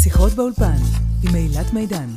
שיחות באולפן עם אילת מידן.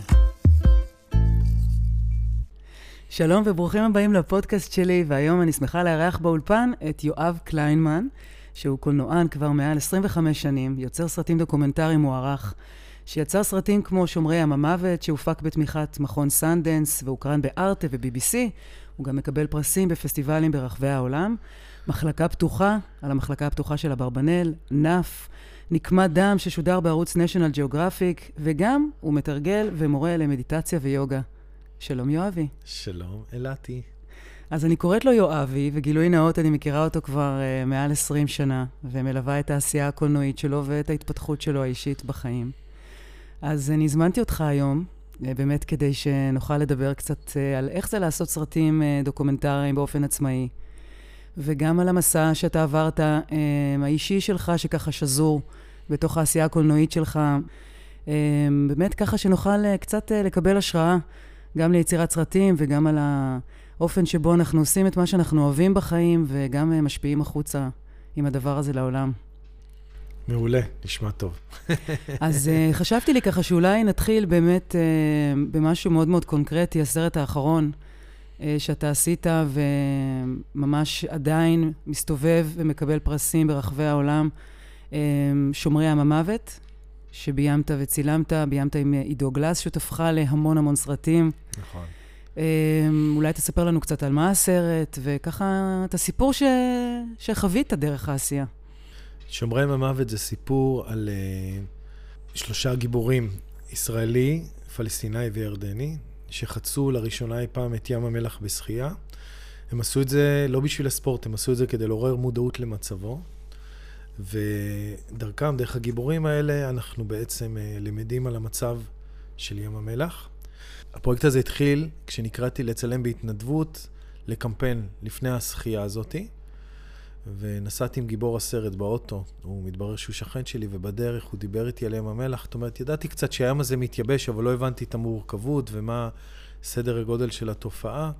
שלום וברוכים הבאים לפודקאסט שלי, והיום אני שמחה לארח באולפן את יואב קליינמן, שהוא קולנוען כבר מעל 25 שנים, יוצר סרטים דוקומנטריים מוערך, שיצר סרטים כמו שומרי ים המוות, שהופק בתמיכת מכון סנדנס והוקרן בארטה ו-BBC. הוא גם מקבל פרסים בפסטיבלים ברחבי העולם. מחלקה פתוחה, על המחלקה הפתוחה של אברבנאל, נף, נקמת דם ששודר בערוץ National Geographic, וגם הוא מתרגל ומורה למדיטציה ויוגה. שלום יואבי. שלום אלתי. אז אני קוראת לו יואבי, וגילוי נאות אני מכירה אותו כבר מעל 20 שנה, ומלווה את העשייה הקולנועית שלו ואת ההתפתחות שלו האישית בחיים. אז אני הזמנתי אותך היום, באמת כדי שנוכל לדבר קצת על איך זה לעשות סרטים דוקומנטריים באופן עצמאי, וגם על המסע שאתה עברת, האישי שלך שככה שזור בתוך העשייה הקולנועית שלך, באמת ככה שנוכל קצת לקבל השראה גם ליצירת סרטים וגם על האופן שבו אנחנו עושים את מה שאנחנו אוהבים בחיים וגם משפיעים החוצה עם הדבר הזה לעולם. מעולה, נשמע טוב. אז חשבתי לי ככה שאולי נתחיל באמת במשהו מאוד מאוד קונקרטי, הסרט האחרון שאתה עשית וממש עדיין מסתובב ומקבל פרסים ברחבי העולם, שומרי ים המוות, שביימת וצילמת, ביימת עם עידו גלס, שותפך להמון המון סרטים. נכון. אולי תספר לנו קצת על מה הסרט, וככה את הסיפור שחווית דרך העשייה. שומרי ים המוות זה סיפור על 3 גיבורים, ישראלי, פלסטיני וירדני, שחצו לראשונה אי פעם את ים המלח בשחייה. הם עשו את זה לא בשביל הספורט, הם עשו את זה כדי לעורר מודעות למצבו. ודרכם, דרך הגיבורים האלה, אנחנו בעצם למדים על המצב של ים המלח. הפרויקט הזה התחיל כשנקראתי לצלם בהתנדבות לקמפיין לפני השחייה הזאת, ונסעתי עם גיבור הסרט באוטו. הוא מתברר שהוא שכן שלי, ובדרך הוא דיבר איתי על ים המלח. זאת אומרת, ידעתי קצת שהים הזה מתייבש, אבל לא הבנתי את המורכבות ומה סדר הגודל של התופעה.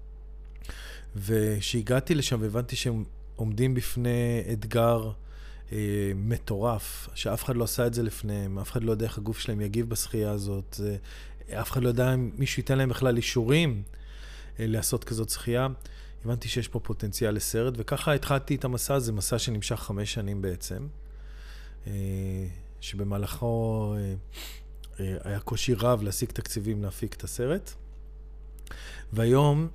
ושהגעתי לשם והבנתי שהם עומדים בפני אתגר מטורף, שאף אחד לא עשה את זה לפניהם, אף אחד לא יודע איך הגוף שלהם יגיב בשחייה הזאת, אף אחד לא יודע אם מישהו ייתן להם בכלל אישורים לעשות כזאת שחייה. הבנתי שיש פה פוטנציאל לסרט, וככה התחלתי את המסע הזה, מסע שנמשך 5 שנים בעצם, שבמהלכו היה קושי רב להשיג תקציבים להפיק את הסרט. והיום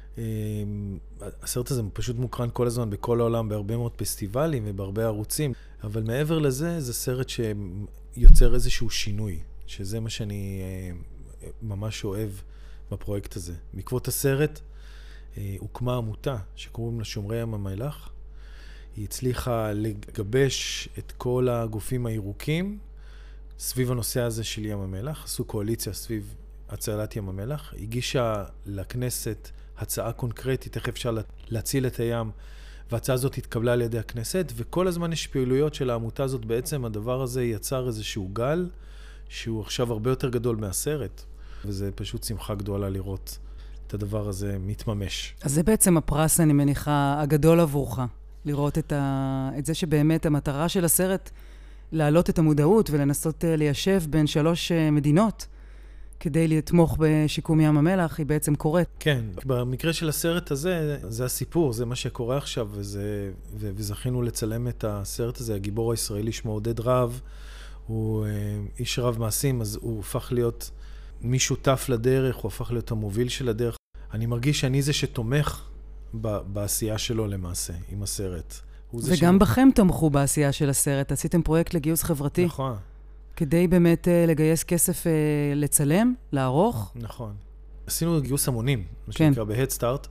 הסרט הזה פשוט מוקרן כל הזמן בכל העולם, בהרבה מאוד פסטיבלים ובהרבה ערוצים, אבל מעבר לזה, זה סרט שיוצר איזשהו שינוי, שזה מה שאני ממש אוהב בפרויקט הזה. בעקבות הסרט הוקמה עמותה שקוראים לה שומרי ים המלח. היא הצליחה לגבש את כל הגופים הירוקים סביב הנושא הזה של ים המלח, עשו קואליציה סביב הצלת ים המלח, הגישה לכנסת הצעה קונקרטית איך אפשר להציל את הים, וההצעה הזאת התקבלה על ידי הכנסת, וכל הזמן יש פעילויות של העמותה הזאת. בעצם הדבר הזה יצר איזשהו גל שהוא עכשיו הרבה יותר גדול מהסרט, וזה פשוט שמחה גדולה לראות את הדבר הזה מתממש. אז זה בעצם הפרס, אני מניחה, הגדול עבורך, לראות את זה שבאמת המטרה של הסרט להעלות את המודעות ולנסות ליישב בין 3 מדינות, כדי לתמוך בשיקום ים המלח, היא בעצם קורית. כן, במקרה של הסרט הזה, זה הסיפור, זה מה שקורה עכשיו, וזכינו לצלם את הסרט הזה. הגיבור הישראלי שמו עודד רב, הוא איש רב מעשים, אז הוא הפך להיות מי שותף לדרך, הוא הפך להיות המוביל של הדרך. אני מרגיש שאני זה שתומך בעשייה שלו למעשה, עם הסרט. וגם בכם תמכו בעשייה של הסרט, עשיתם פרויקט לגיוס חברתי. נכון. כדי באמת לגייס כסף לצלם, לערוך. נכון. עשינו גיוס המונים, מה שנקרא ב-Head Start,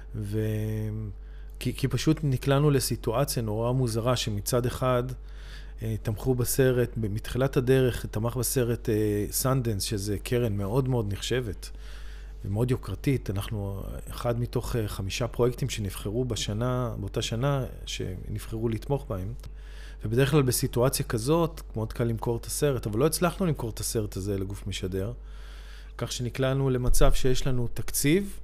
כי פשוט נקלענו לסיטואציה נורא מוזרה, שמצד אחד תמכו בסרט, מתחילת הדרך תמך בסרט סנדנס, שזה קרן מאוד מאוד נחשבת ומאוד יוקרתית. אנחנו אחד מתוך 5 פרויקטים שנבחרו באותה שנה, שנבחרו לתמוך בהם. ובדרך כלל בסיטואציה כזאת, מאוד קל למכור את הסרט, אבל לא הצלחנו למכור את הסרט הזה לגוף משדר, כך שנקלענו למצב שיש לנו תקציב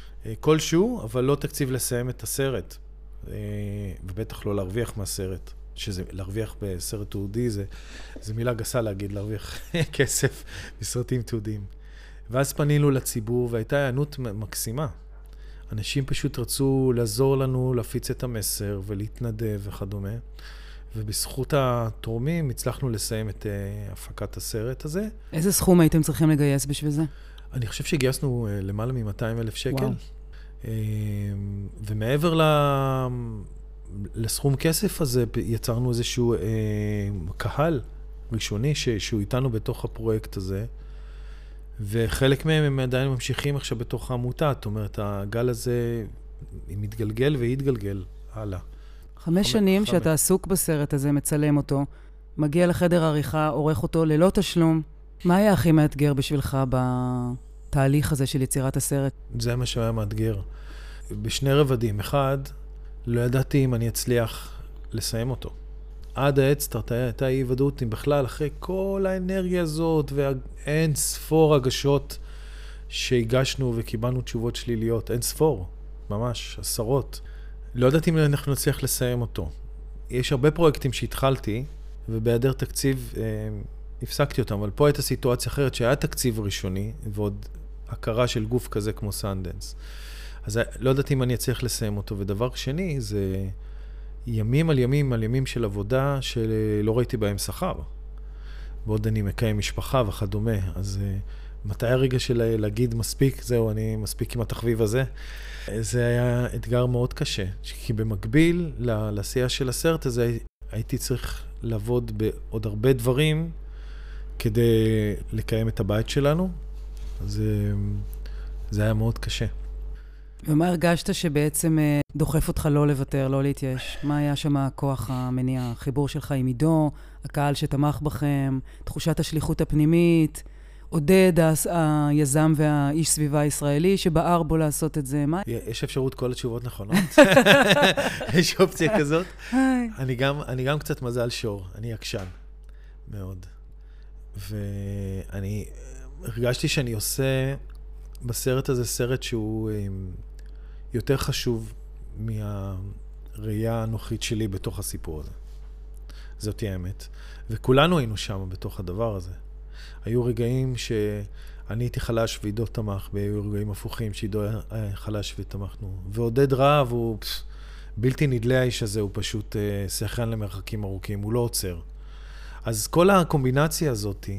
כלשהו, אבל לא תקציב לסיים את הסרט, ובטח לא להרוויח מהסרט. שזה להרוויח בסרט תיעודי, זה מילה גסה להגיד, להרוויח כסף בסרטים תיעודיים. ואז פנינו לציבור, והייתה הענות מקסימה. אנשים פשוט רצו לעזור לנו להפיץ את המסר ולהתנדב וכדומה. ובזכות התורמים הצלחנו לסיים את הפקת הסרט הזה. איזה סכום הייתם צריכים לגייס בשביל זה? אני חושב שגייסנו למעלה מ-200,000 שקל. וואו. ומעבר לסכום כסף הזה, יצרנו איזשהו קהל ראשוני שהוא איתנו בתוך הפרויקט הזה. וחלק מהם הם עדיין ממשיכים עכשיו בתוך העמותה. זאת אומרת, הגל הזה מתגלגל והתגלגל הלאה. 5 שנים שאתה עסוק בסרט הזה, מצלם אותו, מגיע לחדר עריכה, עורך אותו ללא תשלום. מה היה הכי מאתגר בשבילך בתהליך הזה של יצירת הסרט? זה מה שהיה מאתגר. בשני רבדים. אחד, לא ידעתי אם אני אצליח לסיים אותו. עד האדסטארט הייתה אי ודאות אם בכלל, אחרי כל האנרגיה הזאת ואין ספור הגשות שהגשנו וקיבלנו תשובות שליליות. אין ספור, ממש, עשרות. לא ידעתי אם אנחנו נצליח לסיים אותו. יש הרבה פרויקטים שהתחלתי, ובהיעדר תקציב הפסקתי אותם, אבל פה הייתה סיטואציה אחרת שהיה תקציב ראשוני, ועוד הכרה של גוף כזה כמו סנדנס. אז לא ידעתי אם אני אצליח לסיים אותו. ודבר שני, זה ימים על ימים על ימים של עבודה שלא ראיתי בהם שכר. בעוד אני מקיים משפחה וכדומה. אז מתי הרגע של להגיד מספיק, זהו, אני מספיק עם התחביב הזה? זה היה אתגר מאוד קשה. כי במקביל לעשייה של הסרט הזה, הייתי צריך לעבוד בעוד הרבה דברים כדי לקיים את הבית שלנו. זה היה מאוד קשה. ומה הרגשת שבעצם דוחף אותך לא לוותר, לא להתייאש? מה היה שם הכוח המניע, החיבור שלך עם עידו, הקהל שתמך בכם, תחושת השליחות הפנימית, עודד היזם והאיש סביבה הישראלי שבער בו לעשות את זה? מה? יש אפשרות כל התשובות נכונות? יש אופציה כזאת? אני גם קצת מזל שור, אני יקשן מאוד. ואני הרגשתי שאני עושה בסרט הזה סרט שהוא יותר חשוב מהראייה הנוחית שלי בתוך הסיפור הזה. זאת האמת. וכולנו היינו שם בתוך הדבר הזה. היו רגעים שאני הייתי חלש ועידו תמך, והיו רגעים הפוכים שעידו היה חלש ותמכנו. ועודד רעב הוא בלתי נדלה האיש הזה, הוא פשוט שחקן למרחקים ארוכים, הוא לא עוצר. אז כל הקומבינציה הזאת,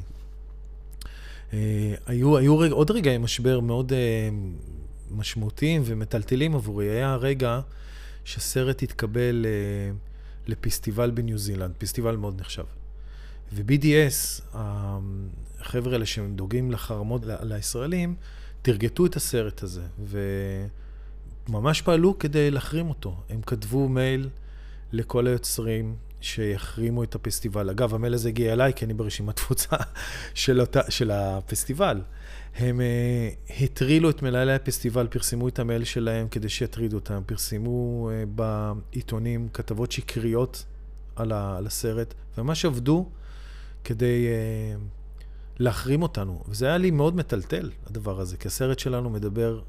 היו עוד רגעי משבר מאוד משמעותיים ומטלטלים עבורי. היה הרגע שהסרט התקבל לפסטיבל בניו זילנד, פסטיבל מאוד נחשב. ו-BDS, החבר'ה האלה שהם דוגים לחרמות לישראלים, תרגטו את הסרט הזה, וממש פעלו כדי להחרים אותו. הם כתבו מייל לכל היוצרים שיחרימו את הפסטיבל. אגב, המייל הזה הגיע אליי, כי אני ברשימת תפוצה של הפסטיבל. הם הטרילו את מנהלי הפסטיבל, פרסמו את המייל שלהם כדי שיטרידו אותם, פרסמו בעיתונים כתבות שקריות על הסרט, וממש עבדו כדי להחרים אותנו. וזה היה לי מאוד מטלטל, הדבר הזה, כי הסרט שלנו מדבר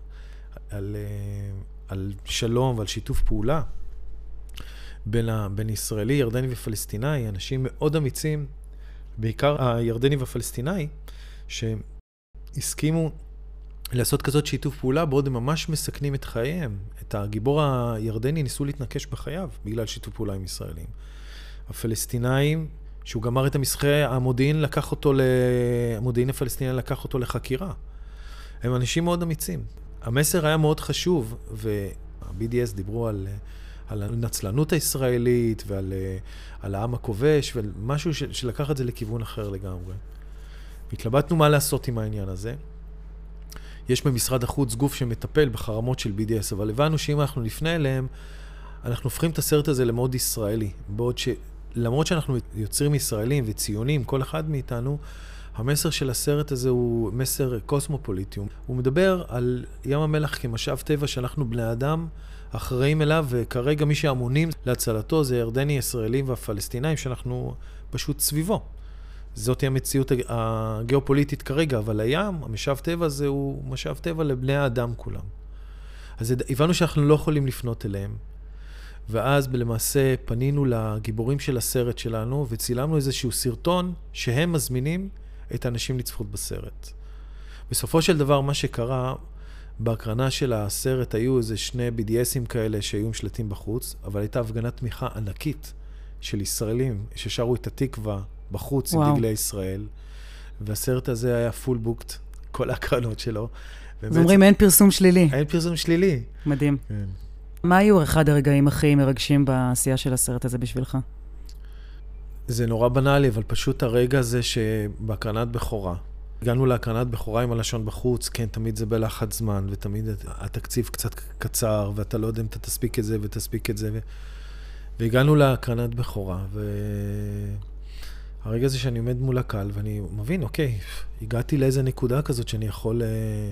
על שלום ועל שיתוף פעולה בין ישראלי, ירדני ופלסטיני, אנשים מאוד אמיצים, בעיקר הירדני והפלסטיני, שהסכימו לעשות כזאת שיתוף פעולה, בעוד הם ממש מסכנים את חייהם. את הגיבור הירדני ניסו להתנקש בחייו, בגלל שיתוף פעולה עם ישראלים. הפלסטינאים, שהוא גמר את המסחרי, המודיעין הפלסטיני לקח אותו לחקירה. הם אנשים מאוד אמיצים. המסר היה מאוד חשוב, וה-BDS דיברו על הנצלנות הישראלית ועל העם הכובש, ומשהו שלקח את זה לכיוון אחר לגמרי. התלבטנו מה לעשות עם העניין הזה. יש במשרד החוץ גוף שמטפל בחרמות של BDS, אבל הבנו שאם אנחנו נפנה אליהם, אנחנו הופכים את הסרט הזה למאוד ישראלי. בעוד למרות שאנחנו יוצרים ישראלים וציונים, כל אחד מאיתנו, המסר של הסרט הזה הוא מסר קוסמופוליטי. הוא מדבר על ים המלח כמשאב טבע שאנחנו בני אדם אחראים אליו, וכרגע מי שאמונים להצלתו זה ירדני, ישראלים והפלסטינאים, שאנחנו פשוט סביבו. זאת היא המציאות הגיאופוליטית כרגע, אבל הים, המשאב טבע הזה הוא משאב טבע לבני האדם כולם. אז הבנו שאנחנו לא יכולים לפנות אליהם. ואז למעשה פנינו לגיבורים של הסרט שלנו, וצילמנו איזשהו סרטון שהם מזמינים את האנשים לצפות בסרט. בסופו של דבר, מה שקרה, בהקרנה של הסרט היו איזה שני BDSים כאלה שהיו עם שלטים בחוץ, אבל הייתה הפגנת תמיכה ענקית של ישראלים ששרו את התקווה בחוץ עם דגלי ישראל, והסרט הזה היה פול בוקט, כל ההקרנות שלו. אז אומרים, אין פרסום שלילי. אין פרסום שלילי. מדהים. כן. מה היו אחד הרגעים הכי מרגשים בעשייה של הסרט הזה בשבילך? זה נורא בנאלי, אבל פשוט הרגע הזה שבהקרנת בכורה. הגענו להקרנת בכורה עם הלשון בחוץ, כן, תמיד זה בלחץ זמן, ותמיד התקציב קצת קצר, ואתה לא יודע אם אתה תספיק את זה ותספיק את זה. והגענו להקרנת בכורה, והרגע הזה שאני עומד מול הקהל, ואני מבין, אוקיי, הגעתי לאיזה נקודה כזאת שאני יכול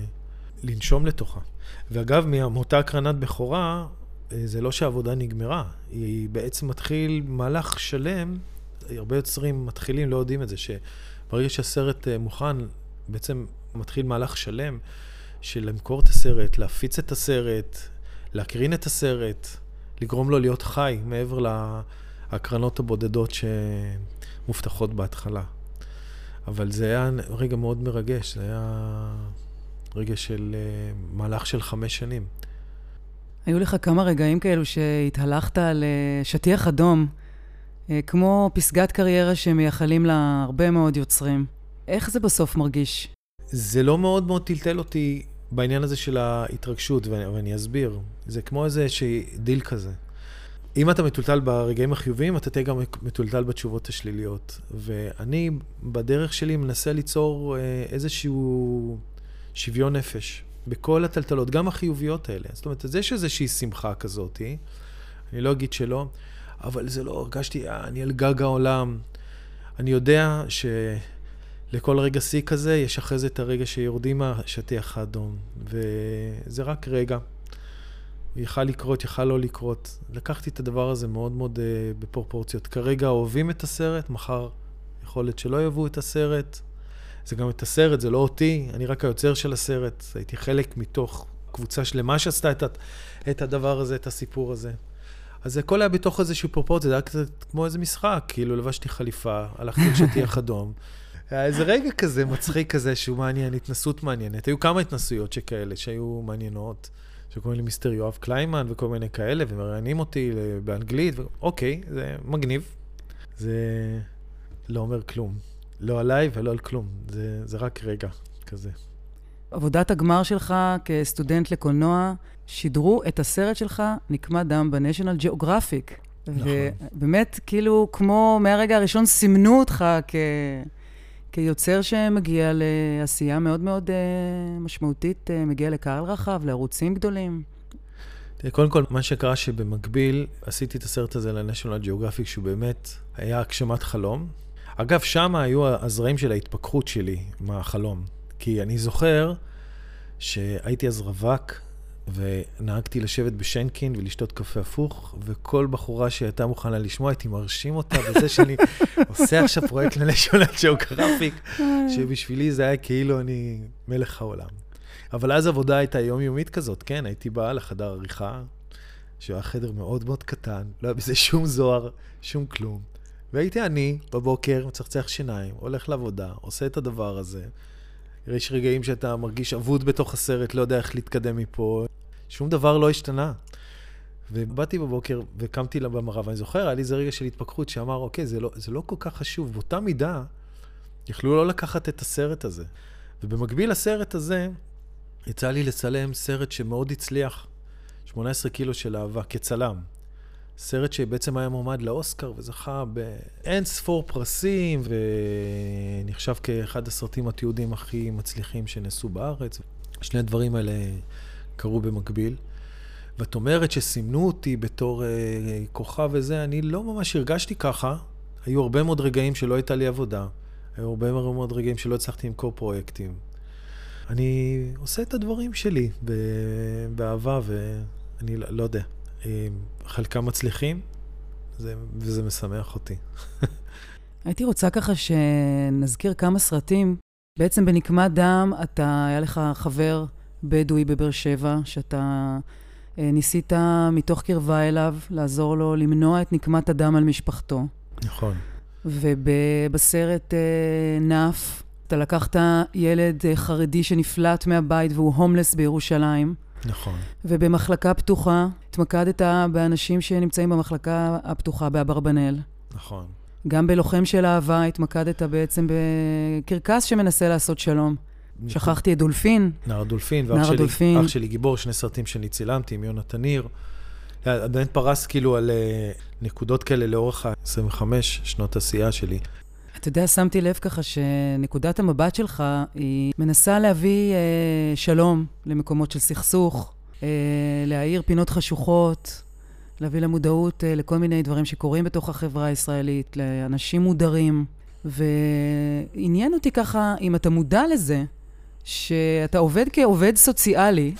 לנשום לתוכה. ואגב, מאותה הקרנת בכורה, זה לא שהעבודה נגמרה, היא בעצם מתחיל מהלך שלם, הרבה יוצרים מתחילים, לא יודעים את זה, שברגע שהסרט מוכן, בעצם מתחיל מהלך שלם של למכור את הסרט, להפיץ את הסרט, להקרין את הסרט, לגרום לו להיות חי מעבר להקרנות הבודדות שמובטחות בהתחלה. אבל זה היה רגע מאוד מרגש, זה היה רגע של מהלך של 5 שנים. היו לך כמה רגעים כאלו שהתהלכת על שטיח אדום, כמו פסגת קריירה שמייחלים לה הרבה מאוד יוצרים. איך זה בסוף מרגיש? זה לא מאוד מאוד טלטל אותי בעניין הזה של ההתרגשות, ואני אסביר. זה כמו איזה דיל כזה. אם אתה מטולטל ברגעים החיוביים, אתה תהיה גם מטולטל בתשובות השליליות. ואני בדרך שלי מנסה ליצור איזשהו שוויון נפש בכל הטלטלות, גם החיוביות האלה. זאת אומרת, יש איזושהי שמחה כזאת, אני לא אגיד שלא, אבל זה לא, הרגשתי, אני על גג העולם. אני יודע שלכל רגע שיא כזה, יש אחרי זה את הרגע שיורדים מהשטיח האדום, וזה רק רגע. יכל לקרות, יכל לא לקרות. לקחתי את הדבר הזה מאוד מאוד בפרופורציות. כרגע אוהבים את הסרט, מחר יכול להיות שלא יאהבו את הסרט. זה גם את הסרט, זה לא אותי, אני רק היוצר של הסרט. הייתי חלק מתוך קבוצה שלמה שעשתה את הדבר הזה, את הסיפור הזה. אז זה הכל היה בתוך איזושהי פרופורציה, זה היה קצת כמו איזה משחק, כאילו לבשתי חליפה, הלכתי לשטיח אדום. היה איזה רגע כזה, מצחיק כזה, שהוא מעניין, התנסות מעניינת. היו כמה התנסויות שכאלה, שהיו מעניינות, שקוראים לי מיסטר יואב קליימן וכל מיני כאלה, ומראיינים אותי באנגלית, אוקיי, זה מגניב. זה לא אומר כלום. לא עליי ולא על כלום. זה רק רגע כזה. עבודת הגמר שלך כסטודנט לקולנוע, שידרו את הסרט שלך, נקמת דם בניישנל ג'אוגרפיק. נכון. ובאמת, כאילו, כמו מהרגע הראשון, סימנו אותך כיוצר שמגיע לעשייה מאוד מאוד משמעותית, מגיע לקהל רחב, לערוצים גדולים. קודם כל, מה שקרה שבמקביל, עשיתי את הסרט הזה לניישנל ג'אוגרפיק, שהוא באמת היה הגשמת חלום. אגב, שם היו הזרעים של ההתפכחות שלי מהחלום. כי אני זוכר שהייתי אז רווק, ונהגתי לשבת בשנקין ולשתות קפה הפוך, וכל בחורה שהייתה מוכנה לשמוע, הייתי מרשים אותה, וזה שאני עושה עכשיו פרויקט לניישנל ג'אוגרפיק, שבשבילי זה היה כאילו אני מלך העולם. אבל אז עבודה הייתה יומיומית כזאת, כן? הייתי באה לחדר עריכה, שהיה חדר מאוד מאוד קטן, לא היה בזה שום זוהר, שום כלום. והייתי אני בבוקר, מצחצח שיניים, הולך לעבודה, עושה את הדבר הזה. יש רגעים שאתה מרגיש אבוד בתוך הסרט, לא יודע איך להתקדם מפה. שום דבר לא השתנה. ובאתי בבוקר וקמתי לה במראה, ואני זוכר, היה לי איזה רגע של התפכחות שאמר, אוקיי, זה לא כל כך חשוב. באותה מידה, יכלו לא לקחת את הסרט הזה. ובמקביל לסרט הזה, יצא לי לצלם סרט שמאוד הצליח, 18 קילו של אהבה, כצלם. סרט שבעצם היה מועמד לאוסקר וזכה באין ספור פרסים, ונחשב כאחד הסרטים התיעודיים הכי מצליחים שנעשו בארץ. שני הדברים האלה קרו במקביל. ואת אומרת שסימנו אותי בתור כוכב וזה, אני לא ממש הרגשתי ככה. היו הרבה מאוד רגעים שלא הייתה לי עבודה. היו הרבה מאוד רגעים שלא הצלחתי למכור פרויקטים. אני עושה את הדברים שלי באהבה, ואני לא יודע. חלקם מצליחים, וזה משמח אותי. הייתי רוצה ככה שנזכיר כמה סרטים. בעצם בנקמת דם, היה לך חבר בדואי בבאר שבע, שאתה ניסית מתוך קרבה אליו לעזור לו למנוע את נקמת הדם על משפחתו. נכון. ובסרט נף, אתה לקחת ילד חרדי שנפלט מהבית והוא הומלס בירושלים. נכון. ובמחלקה פתוחה, התמקדת באנשים שנמצאים במחלקה הפתוחה באברבנאל. נכון. גם בלוחם של אהבה התמקדת בעצם בקרקס שמנסה לעשות שלום. שכחתי את דולפין. נער דולפין, ואח שלי גיבור, שני סרטים שאני צילמתי עם יונתן ניר. עדיין פרס כאילו על נקודות כאלה לאורך ה-25 שנות עשייה שלי. אתה יודע, שמתי לב ככה שנקודת המבט שלך היא מנסה להביא שלום למקומות של סכסוך, להאיר פינות חשוכות, להביא למודעות לכל מיני דברים שקורים בתוך החברה הישראלית, לאנשים מודרים. ועניין אותי ככה, אם אתה מודע לזה, שאתה עובד כעובד סוציאלי,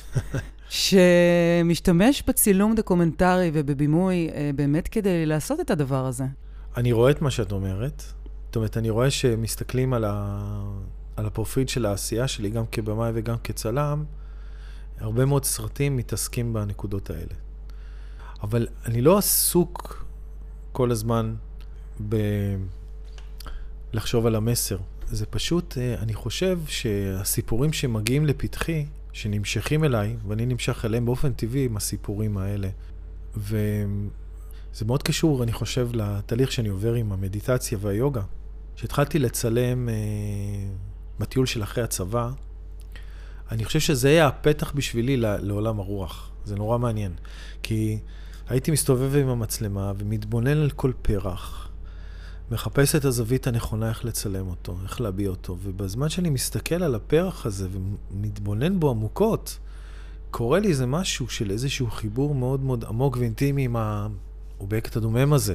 שמשתמש בצילום דוקומנטרי ובבימוי באמת כדי לעשות את הדבר הזה. אני רואה את מה שאת אומרת. זאת אומרת, אני רואה שמסתכלים על הפרופיל של העשייה שלי, גם כבמאי וגם כצלם, הרבה מאוד סרטים מתעסקים בנקודות האלה. אבל אני לא עסוק כל הזמן לחשוב על המסר. זה פשוט, אני חושב שהסיפורים שמגיעים לפתחי, שנמשכים אליי, ואני נמשך אליהם באופן טבעי עם הסיפורים האלה. וזה מאוד קשור, אני חושב, לתהליך שאני עובר עם המדיטציה והיוגה. כשהתחלתי לצלם בטיול של אחרי הצבא, אני חושב שזה היה הפתח בשבילי לעולם הרוח. זה נורא מעניין. כי הייתי מסתובב עם המצלמה ומתבונן על כל פרח, מחפש את הזווית הנכונה איך לצלם אותו, איך להביע אותו. ובזמן שאני מסתכל על הפרח הזה ומתבונן בו עמוקות, קורה לי איזה משהו של איזשהו חיבור מאוד מאוד עמוק ואינטימי עם האובייקט הדומם הזה.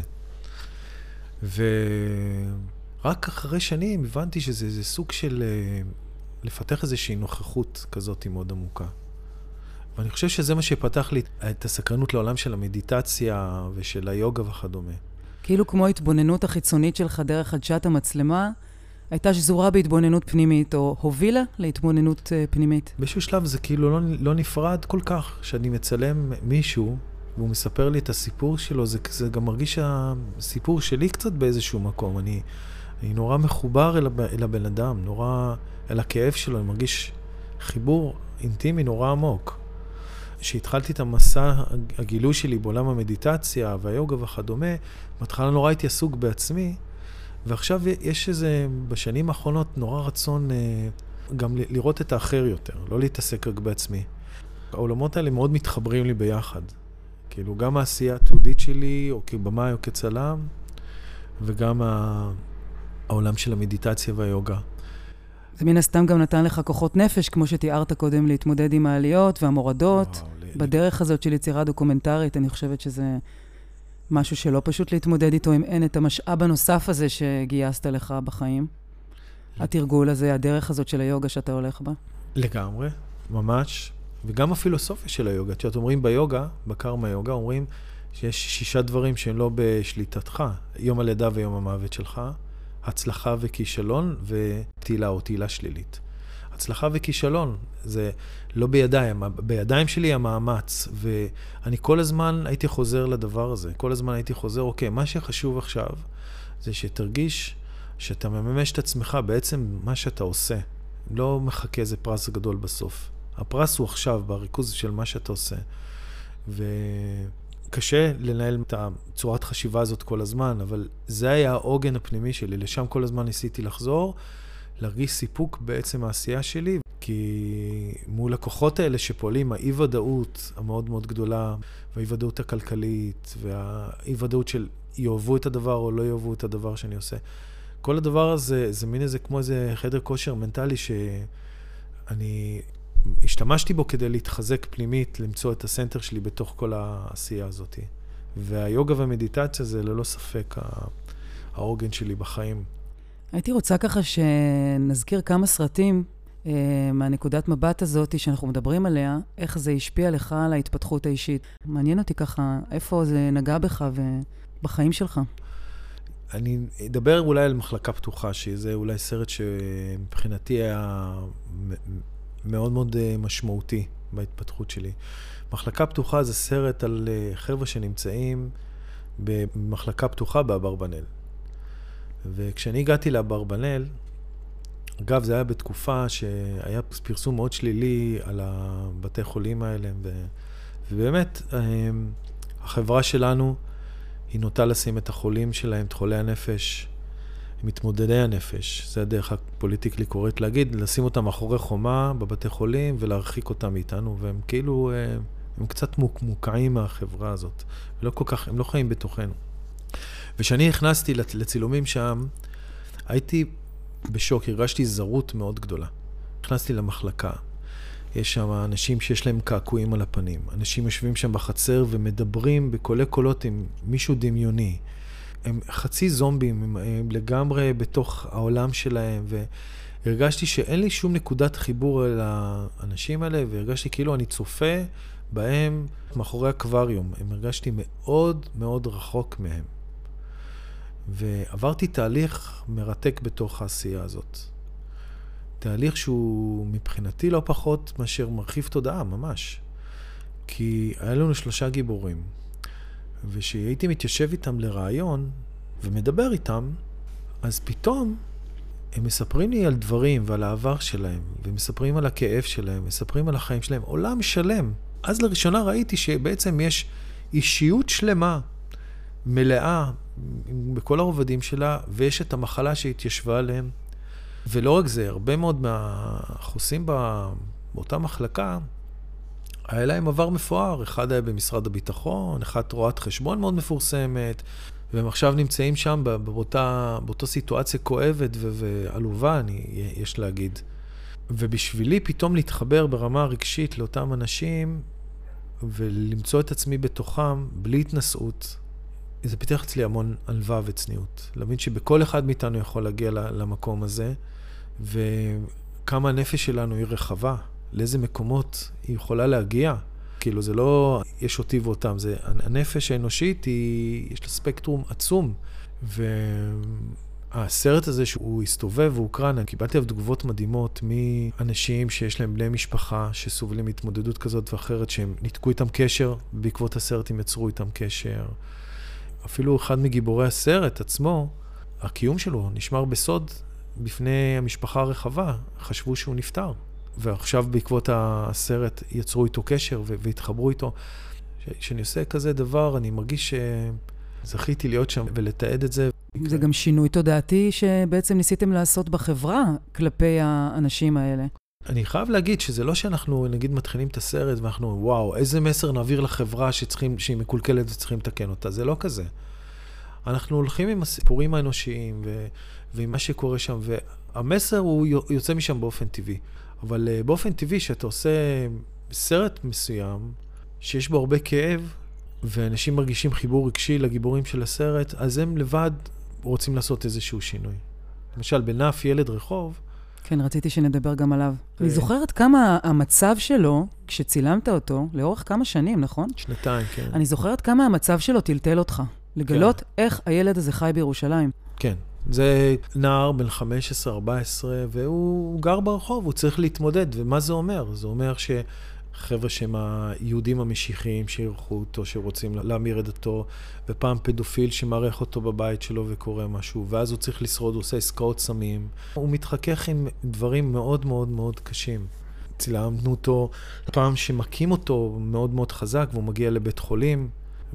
ורק אחרי שנים הבנתי שזה איזה סוג של לפתח איזושהי נוכחות כזאת מאוד עמוקה. ואני חושב שזה מה שפתח לי את הסקרנות לעולם של המדיטציה ושל היוגה וכדומה. כאילו כמו התבוננות החיצונית שלך דרך עדשת המצלמה, הייתה שזורה בהתבוננות פנימית, או הובילה להתבוננות פנימית. באיזשהו שלב זה כאילו לא נפרד כל כך. כשאני מצלם מישהו, והוא מספר לי את הסיפור שלו, זה גם מרגיש הסיפור שלי קצת באיזשהו מקום. אני נורא מחובר אל הבן אדם, נורא אל הכאב שלו, אני מרגיש חיבור אינטימי נורא עמוק. כשהתחלתי את המסע הגילוי שלי בעולם המדיטציה והיוגה וכדומה, בהתחלה נורא הייתי עסוק בעצמי, ועכשיו יש איזה, בשנים האחרונות, נורא רצון גם לראות את האחר יותר, לא להתעסק רק בעצמי. העולמות האלה מאוד מתחברים לי ביחד. כאילו, גם העשייה התעודית שלי, או כבמאי או כצלם, וגם העולם של המדיטציה והיוגה. זה מן הסתם גם נתן לך כוחות נפש, כמו שתיארת קודם, להתמודד עם העליות והמורדות. בדרך הזאת של יצירה דוקומנטרית, אני חושבת שזה משהו שלא פשוט להתמודד איתו, אם אין את המשאב הנוסף הזה שגייסת לך בחיים. התרגול הזה, הדרך הזאת של היוגה שאתה הולך בה. לגמרי, ממש. וגם הפילוסופיה של היוגה. כשאת אומרים ביוגה, בקרמה יוגה, אומרים שיש 6 דברים שהם לא בשליטתך. יום הלידה ויום המוות שלך. הצלחה וכישלון ותהילה או תהילה שלילית. הצלחה וכישלון זה לא בידיים, בידיים שלי המאמץ, ואני כל הזמן הייתי חוזר לדבר הזה, כל הזמן הייתי חוזר, אוקיי, מה שחשוב עכשיו זה שתרגיש שאתה מממש את עצמך בעצם מה שאתה עושה, לא מחכה איזה פרס גדול בסוף. הפרס הוא עכשיו בריכוז של מה שאתה עושה, קשה לנהל את הצורת חשיבה הזאת כל הזמן, אבל זה היה העוגן הפנימי שלי. לשם כל הזמן ניסיתי לחזור, להרגיש סיפוק בעצם העשייה שלי, כי מול הכוחות האלה שפועלים, האי-ודאות המאוד מאוד גדולה, והאי-ודאות הכלכלית, והאי-ודאות של יאהבו את הדבר או לא יאהבו את הדבר שאני עושה. כל הדבר הזה, זה מין איזה כמו איזה חדר כושר מנטלי שאני השתמשתי בו כדי להתחזק פנימית, למצוא את הסנטר שלי בתוך כל העשייה הזאת. והיוגה והמדיטציה זה ללא ספק האורגן שלי בחיים. הייתי רוצה ככה שנזכיר כמה סרטים מהנקודת מבט הזאת שאנחנו מדברים עליה, איך זה השפיע לך על ההתפתחות האישית. מעניין אותי ככה, איפה זה נגע בך ובחיים שלך. אני אדבר אולי על מחלקה פתוחה, שזה אולי סרט שמבחינתי היה מאוד מאוד משמעותי בהתפתחות שלי. מחלקה פתוחה זה סרט על חבר'ה שנמצאים במחלקה פתוחה באברבנאל. וכשאני הגעתי לאברבנאל, אגב, זה היה בתקופה שהיה פרסום מאוד שלילי על הבתי חולים האלה, ובאמת, החברה שלנו היא נוטה לשים את החולים שלהם, את חולי הנפש, מתמודדי הנפש, זה הדרך הפוליטיקלי קוראת להגיד, לשים אותם מאחורי חומה בבתי חולים ולהרחיק אותם מאיתנו, והם כאילו, הם קצת מוקעים מהחברה הזאת, ולא כל כך, הם לא חיים בתוכנו. ושאני נכנסתי לצילומים שם, הייתי בשוק, הרגשתי זרות מאוד גדולה. נכנסתי למחלקה, יש שם אנשים שיש להם קעקועים על הפנים, אנשים יושבים שם בחצר ומדברים בקולי קולות עם מישהו דמיוני, הם חצי זומבים, הם לגמרי בתוך העולם שלהם, והרגשתי שאין לי שום נקודת חיבור אל האנשים האלה, והרגשתי כאילו אני צופה בהם מאחורי אקווריום. הרגשתי מאוד מאוד רחוק מהם. ועברתי תהליך מרתק בתוך העשייה הזאת. תהליך שהוא מבחינתי לא פחות מאשר מרחיב תודעה, ממש. כי היה לנו 3 גיבורים. ושהייתי מתיישב איתם לרעיון ומדבר איתם, אז פתאום הם מספרים לי על דברים ועל העבר שלהם, ומספרים על הכאב שלהם, מספרים על החיים שלהם, עולם שלם. אז לראשונה ראיתי שבעצם יש אישיות שלמה, מלאה, בכל הרובדים שלה, ויש את המחלה שהתיישבה עליהם. ולא רק זה, הרבה מאוד מהחוסים באותה מחלקה, היה להם עבר מפואר, אחד היה במשרד הביטחון, אחד רואת חשבון מאוד מפורסמת, והם עכשיו נמצאים שם באותה סיטואציה כואבת ועלובה, יש להגיד. ובשבילי פתאום להתחבר ברמה הרגשית לאותם אנשים, ולמצוא את עצמי בתוכם, בלי התנסות, זה פיתח אצלי המון עלווה וצניעות. להבין שבכל אחד מאיתנו יכול להגיע למקום הזה, וכמה הנפש שלנו היא רחבה. לאיזה מקומות היא יכולה להגיע. כאילו זה לא יש אותי ואותם, זה הנפש האנושית יש לה ספקטרום עצום. והסרט הזה שהוא הסתובב ואוקראינה, קיבלתי עליו תגובות מדהימות מאנשים שיש להם בני משפחה שסובלים התמודדות כזאת ואחרת, שהם ניתקו איתם קשר, בעקבות הסרט הם יצרו איתם קשר. אפילו אחד מגיבורי הסרט עצמו, הקיום שלו נשמר בסוד בפני המשפחה הרחבה, חשבו שהוא נפטר. ועכשיו בעקבות הסרט יצרו איתו קשר והתחברו איתו. כשאני עושה כזה דבר, אני מרגיש שזכיתי להיות שם ולתעד את זה. זה גם שינוי תודעתי שבעצם ניסיתם לעשות בחברה כלפי האנשים האלה. אני חייב להגיד שזה לא שאנחנו נגיד מתחילים את הסרט ואנחנו, וואו, איזה מסר נעביר לחברה שהיא מקולקלת וצריכים לתקן אותה. זה לא כזה. אנחנו הולכים עם הסיפורים האנושיים ועם מה שקורה שם, והמסר הוא יוצא משם באופן טבעי. אבל באופן טבעי שאתה עושה סרט מסוים, שיש בו הרבה כאב, ואנשים מרגישים חיבור רגשי לגיבורים של הסרט, אז הם לבד רוצים לעשות איזשהו שינוי. למשל, בנף ילד רחוב. כן, רציתי שנדבר גם עליו. אני זוכרת כמה המצב שלו, כשצילמת אותו, לאורך כמה שנים, נכון? 2, כן. אני זוכרת כמה המצב שלו טלטל אותך. לגלות איך הילד הזה חי בירושלים. כן. זה נער בן 15-14, והוא גר ברחוב, הוא צריך להתמודד. ומה זה אומר? זה אומר שחבר'ה שהם היהודים המשיחיים שירחו אותו, שרוצים להמיר את דתו, ופעם פדופיל שמערך אותו בבית שלו וקורא משהו, ואז הוא צריך לשרוד, הוא עושה עסקאות סמים. הוא מתחכך עם דברים מאוד מאוד מאוד קשים. צילמנו אותו, פעם שמקים אותו מאוד מאוד חזק, והוא מגיע לבית חולים,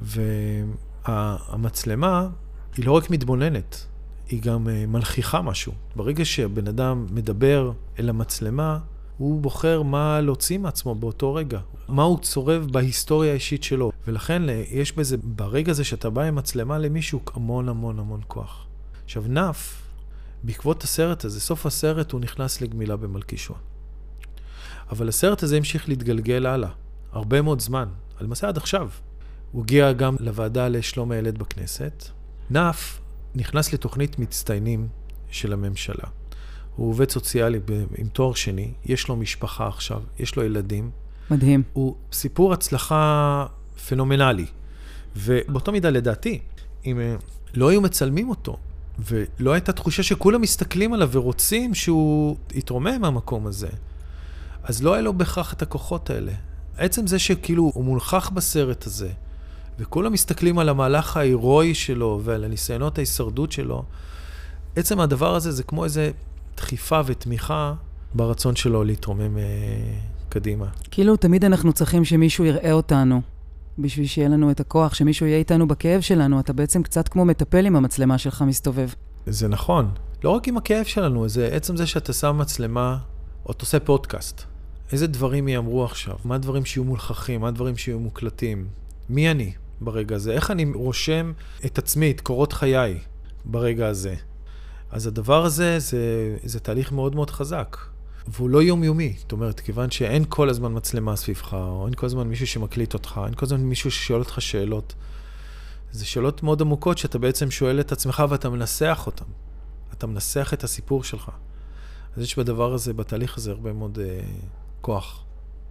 והמצלמה היא לא רק מתבוננת, היא גם מלחיכה משהו. ברגע שבן אדם מדבר אל המצלמה, הוא בוחר מה להוציא מעצמו באותו רגע. מה הוא צורב בהיסטוריה האישית שלו. ולכן יש בזה, ברגע הזה שאתה בא עם מצלמה למישהו, המון המון המון כוח. עכשיו נף, בעקבות הסרט הזה, סוף הסרט הוא נכנס לגמילה במלכישוע. אבל הסרט הזה המשיך להתגלגל הלאה. הרבה מאוד זמן. למעשה עד עכשיו. הוא הגיע גם לוועדה לשלום הילד בכנסת. נף נכנס לתוכנית מצטיינים של הממשלה. הוא עובד סוציאלי עם תואר שני, יש לו משפחה עכשיו, יש לו ילדים. מדהים. הוא סיפור הצלחה פנומנלי. ובאותו מידה לדעתי, אם לא היו מצלמים אותו, ולא הייתה תחושה שכולם מסתכלים עליו ורוצים שהוא יתרומם מהמקום הזה, אז לא היה לו בכך את הכוחות האלה עצם זה שכאילו הוא מולחך בסרט הזה, וכולם מסתכלים על המהלך ההירואי שלו ועל הניסיונות ההישרדות שלו, עצם הדבר הזה זה כמו איזה דחיפה ותמיכה ברצון שלו להתרומם קדימה. כאילו תמיד אנחנו צריכים שמישהו יראה אותנו, בשביל שיהיה לנו את הכוח, שמישהו יהיה איתנו בכאב שלנו. אתה בעצם קצת כמו מטפל עם המצלמה שלך מסתובב. זה נכון. לא רק עם הכאב שלנו, זה עצם זה שאתה שם מצלמה, או אתה עושה פודקאסט. איזה דברים יאמרו עכשיו? מה הדברים שיהיו מולחכים? מה הדברים שיהיו מוקלטים? מי אני ברגע הזה? איך אני רושם את עצמי, את קורות חיי ברגע הזה? אז הדבר הזה, זה תהליך מאוד מאוד חזק. והוא לא יומיומי. זאת אומרת, כיוון שאין כל הזמן מצלמה סביבך, או אין כל הזמן מישהו שמקליט אותך, אין כל הזמן מישהו ששואל אותך שאלות. זה שאלות מאוד עמוקות שאתה בעצם שואל את עצמך ואתה מנסח אותן. אתה מנסח את הסיפור שלך. אז יש בדבר הזה, בתהליך הזה, הרבה מאוד כוח.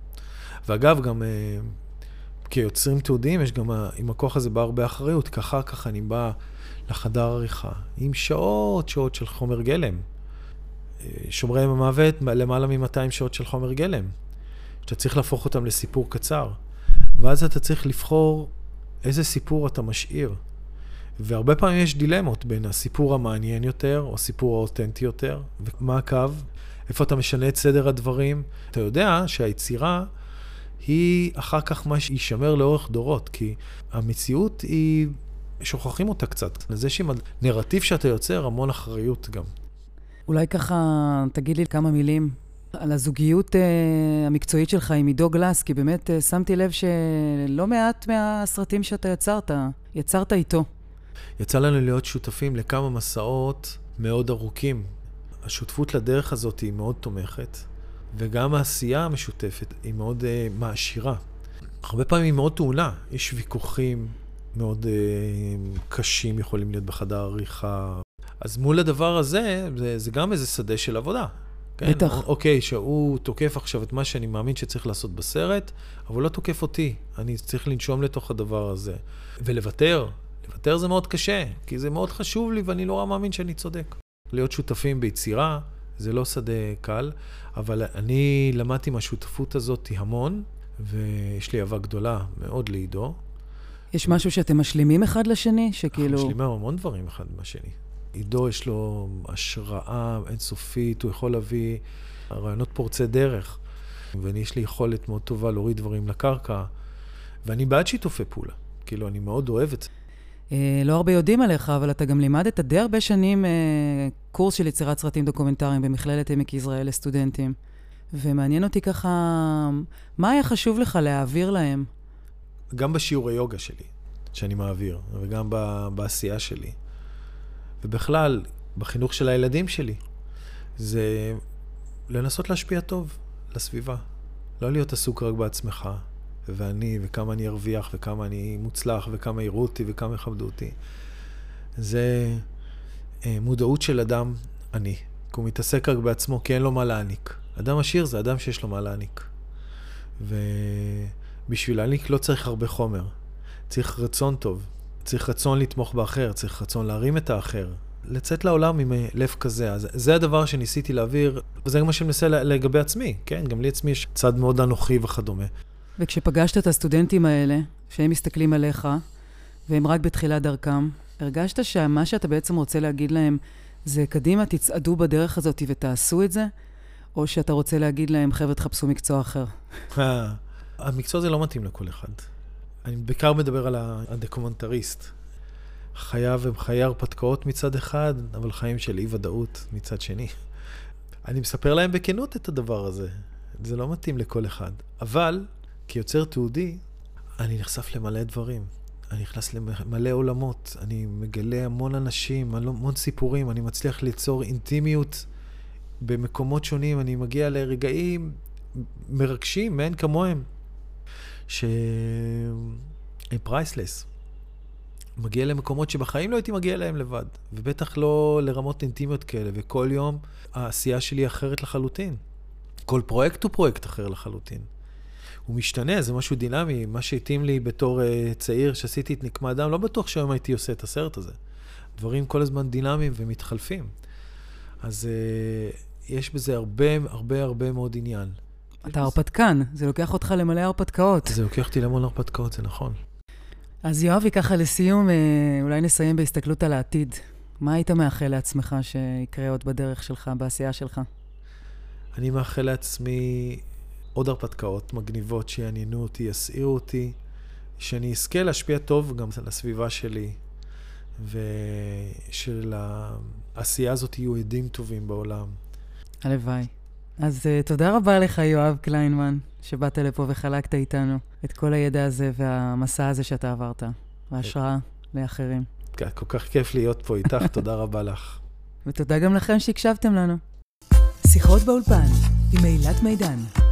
ואגב, גם כיוצרים תיעודיים, יש גם עם הכוח הזה בא הרבה אחריות, כי אחר כך אני בא לחדר עריכה, עם שעות של חומר גלם. שומרי המוות, למעלה מ-200 שעות של חומר גלם. שאתה צריך להפוך אותם לסיפור קצר. ואז אתה צריך לבחור איזה סיפור אתה משאיר. והרבה פעמים יש דילמות בין הסיפור המעניין יותר, או סיפור האותנטי יותר, ומה הקו, איפה אתה משנה את סדר הדברים. אתה יודע שהיצירה היא אחר כך מה שישמר לאורך דורות, כי המציאות היא, שוכחים אותה קצת. זה שעם הנרטיב שאתה יוצר, המון אחריות גם. אולי ככה תגיד לי כמה מילים על הזוגיות המקצועית שלך עם עידו גלס, כי באמת שמתי לב שלא מעט מהסרטים שאתה יצרת איתו. יצא לנו להיות שותפים לכמה מסעות מאוד ארוכים. השותפות לדרך הזאת היא מאוד תומכת, וגם העשייה המשותפת היא מאוד מעשירה. הרבה פעמים היא מאוד טעונה. יש ויכוחים מאוד קשים יכולים להיות בחדר עריכה. אז מול הדבר הזה, זה גם איזה שדה של עבודה. כן? בטח. אוקיי, שהוא תוקף עכשיו את מה שאני מאמין שצריך לעשות בסרט, אבל הוא לא תוקף אותי. אני צריך לנשום לתוך הדבר הזה. ולוותר. לוותר זה מאוד קשה, כי זה מאוד חשוב לי ואני לא מאמין שאני צודק. להיות שותפים ביצירה, זה לא שדה קל, אבל אני למדתי מהשותפות הזאת המון, ויש לי אהבה גדולה מאוד לעידו. יש משהו שאתם משלימים אחד לשני? שכאילו... אנחנו משלימים המון דברים אחד מהשני. עידו יש לו השראה אינסופית, הוא יכול להביא רעיונות פורצי דרך, ואני יש לי יכולת מאוד טובה להוריד דברים לקרקע, ואני בעד שיתופי פעולה. כאילו, אני מאוד אוהב את זה. לא הרבה יודעים עליך, אבל אתה גם לימדת די הרבה שנים קורס של יצירת סרטים דוקומנטריים במכללת עמק יזרעאל לסטודנטים. ומעניין אותי ככה, מה היה חשוב לך להעביר להם? גם בשיעורי יוגה שלי, שאני מעביר, וגם בעשייה שלי. ובכלל, בחינוך של הילדים שלי, זה לנסות להשפיע טוב לסביבה. לא להיות עסוק רק בעצמך, ואני, וכמה אני ארוויח, וכמה אני מוצלח, וכמה יראו אותי, וכמה יכבדו אותי. זה מודעות של אדם עני, כי הוא מתעסק רק בעצמו, כי אין לו מה להעניק. אדם עשיר זה אדם שיש לו מה להעניק. ובשביל להעניק לא צריך הרבה חומר. צריך רצון טוב. צריך רצון לתמוך באחר, צריך רצון להרים את האחר. לצאת לעולם עם לב כזה. אז זה הדבר שניסיתי להעביר, וזה גם מה שמנסה לגבי עצמי, כן? גם לי עצמי יש צד מאוד אנוכי וכדומה. וכשפגשת את הסטודנטים האלה, שהם מסתכלים עליך, והם רק בתחילת דרכם, הרגשת שמה שאתה בעצם רוצה להגיד להם, זה קדימה, תצעדו בדרך הזאת ותעשו את זה, או שאתה רוצה להגיד להם, חבר'ה, תחפשו מקצוע אחר? המקצוע הזה לא מתאים לכל אחד. אני בעיקר מדבר על הדוקומנטריסט. חייו הם חיי הרפתקאות מצד אחד, אבל חיים של אי-ודאות מצד שני. אני מספר להם בכנות את הדבר הזה. זה לא מתאים לכל אחד. אבל, כיוצר תיעודי, אני נחשף למלא דברים. אני נכנס למלא עולמות. אני מגלה המון אנשים, המון סיפורים. אני מצליח ליצור אינטימיות במקומות שונים. אני מגיע לרגעים מרגשים, מאין כמוהם. שהם פרייסלס. מגיע למקומות שבחיים לא הייתי מגיע להם לבד. ובטח לא לרמות אינטימיות כאלה. וכל יום העשייה שלי אחרת לחלוטין. כל פרויקט הוא פרויקט אחר לחלוטין. הוא משתנה, זה משהו דינמי. מה שהתאים לי בתור צעיר שעשיתי את נקמה אדם, לא בטוח שהיום הייתי עושה את הסרט הזה. דברים כל הזמן דינמיים ומתחלפים. אז יש בזה הרבה מאוד עניין. אתה הרפתקן, זה לוקח אותך למלא הרפתקאות. זה לוקח אותי למלא הרפתקאות, זה נכון. אז יואבי, ככה לסיום, אולי נסיים בהסתכלות על העתיד. מה היית מאחל לעצמך שיקרה עוד בדרך שלך, בעשייה שלך? אני מאחל לעצמי עוד הרפתקאות מגניבות שיעניינו אותי, יסעירו אותי, שאני אזכה להשפיע טוב גם על הסביבה שלי, ושלעשייה הזאת יהיו עדים טובים בעולם. הלוואי. אז תודה רבה לך, יואב קליינמן, שבאת לפה וחלקת איתנו את כל הידע הזה והמסע הזה שאתה עברת, והשראה לאחרים. כל כך כיף להיות פה איתך, תודה רבה לך. ותודה גם לכם שהקשבתם לנו. שיחות באולפן עם אילת מידן.